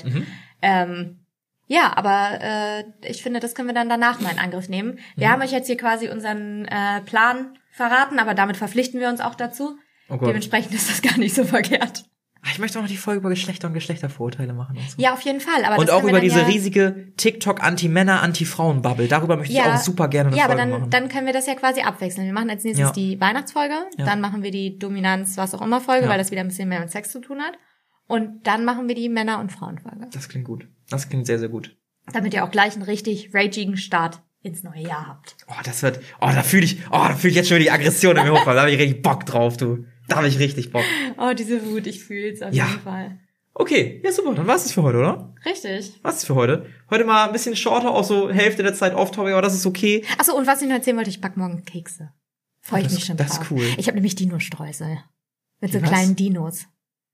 Ja, aber ich finde, das können wir dann danach mal in Angriff nehmen. Wir haben euch jetzt hier quasi unseren Plan verraten, aber damit verpflichten wir uns auch dazu. Oh Gott. Dementsprechend ist das gar nicht so verkehrt. Ich möchte auch noch die Folge über Geschlechter und Geschlechtervorurteile machen und so. Ja, auf jeden Fall. Aber und auch über diese riesige TikTok-Anti-Männer, Anti-Frauen-Bubble. Darüber möchte ich auch super gerne eine Folge machen. Ja, aber dann können wir das ja quasi abwechseln. Wir machen als nächstes die Weihnachtsfolge, dann machen wir die Dominanz, was auch immer Folge, weil das wieder ein bisschen mehr mit Sex zu tun hat. Und dann machen wir die Männer- und Frauenfolge. Das klingt gut. Das klingt sehr, sehr gut. Damit ihr auch gleich einen richtig ragigen Start ins neue Jahr habt. Da fühle ich jetzt schon die Aggression in mir hochkommen. Da habe ich richtig Bock drauf, du. Da habe ich richtig Bock. Oh, diese Wut, ich fühl's auf jeden Fall. Okay, ja super, dann war's es für heute, oder? Richtig. Was ist für heute? Heute mal ein bisschen shorter, auch so Hälfte der Zeit off-topic, aber das ist okay. Achso, und was ich noch erzählen wollte, ich back morgen Kekse. Freue ich mich schon drauf. Das ist cool. Ich habe nämlich Dino-Streusel. Mit so kleinen Dinos.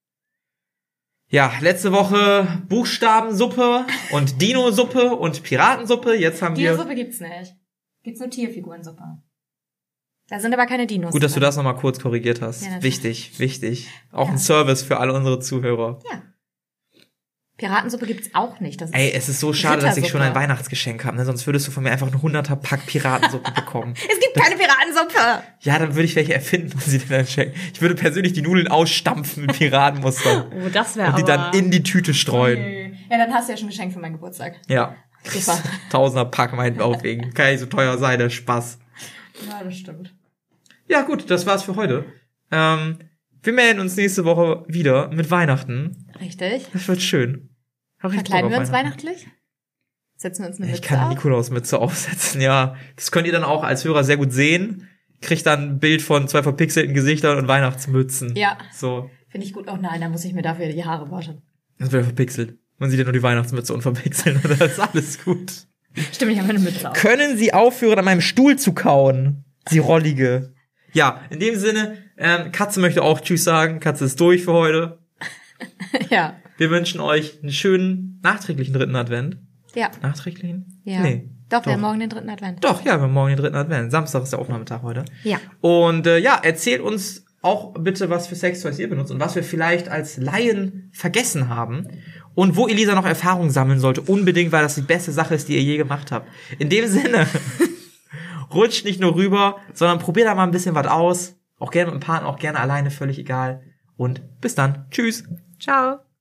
Ja, letzte Woche Buchstabensuppe und Dino-Suppe und Piratensuppe. Jetzt haben wir... Dino-Suppe gibt's nicht. Gibt's nur Tierfigurensuppe. Da sind aber keine Dinos. Gut, dass du das nochmal kurz korrigiert hast. Ja, wichtig. Auch ein Service für alle unsere Zuhörer. Ja. Piratensuppe gibt's auch nicht. Das ist es ist so schade, dass ich schon ein Weihnachtsgeschenk habe, ne? Sonst würdest du von mir einfach einen 100er-Pack Piratensuppe bekommen. Es gibt keine Piratensuppe! Ja, dann würde ich welche erfinden und sie dir dann schenken. Ich würde persönlich die Nudeln ausstampfen mit Piratenmustern. Oh, das wäre und die dann in die Tüte streuen. Okay. Ja, dann hast du ja schon ein Geschenk für meinen Geburtstag. Ja. Super. 1000er-Pack meinetwegen. Kann nicht so teuer sein, der Spaß. Ja, das stimmt. Ja, gut, das war's für heute. Wir melden uns nächste Woche wieder mit Weihnachten. Richtig. Das wird schön. Verkleiden wir uns weihnachtlich? Setzen wir uns eine Mütze auf? Ich kann eine Nikolausmütze aufsetzen, ja. Das könnt ihr dann auch als Hörer sehr gut sehen. Kriegt dann ein Bild von 2 verpixelten Gesichtern und Weihnachtsmützen. Ja. So. Finde ich gut. Oh nein, da muss ich mir dafür die Haare waschen. Das wird verpixelt. Man sieht ja nur die Weihnachtsmütze unverpixeln, oder? Das ist alles gut. Stimmt, ich habe eine Mütze auf. Können Sie aufhören, an meinem Stuhl zu kauen? Sie Rollige. Ja, in dem Sinne, Katze möchte auch Tschüss sagen. Katze ist durch für heute. Ja. Wir wünschen euch einen schönen, nachträglichen 3. Advent. Ja. Nachträglichen? Ja. Nee. Doch, wir haben morgen den 3. Advent. Doch, ja, wir haben morgen den 3. Advent. Samstag ist der Aufnahmetag heute. Ja. Und erzählt uns auch bitte, was für Sextoys ihr benutzt und was wir vielleicht als Laien vergessen haben. Und wo Elisa noch Erfahrung sammeln sollte. Unbedingt, weil das die beste Sache ist, die ihr je gemacht habt. In dem Sinne, rutscht nicht nur rüber, sondern probiert da mal ein bisschen was aus. Auch gerne mit einem Partner, auch gerne alleine, völlig egal. Und bis dann. Tschüss. Ciao.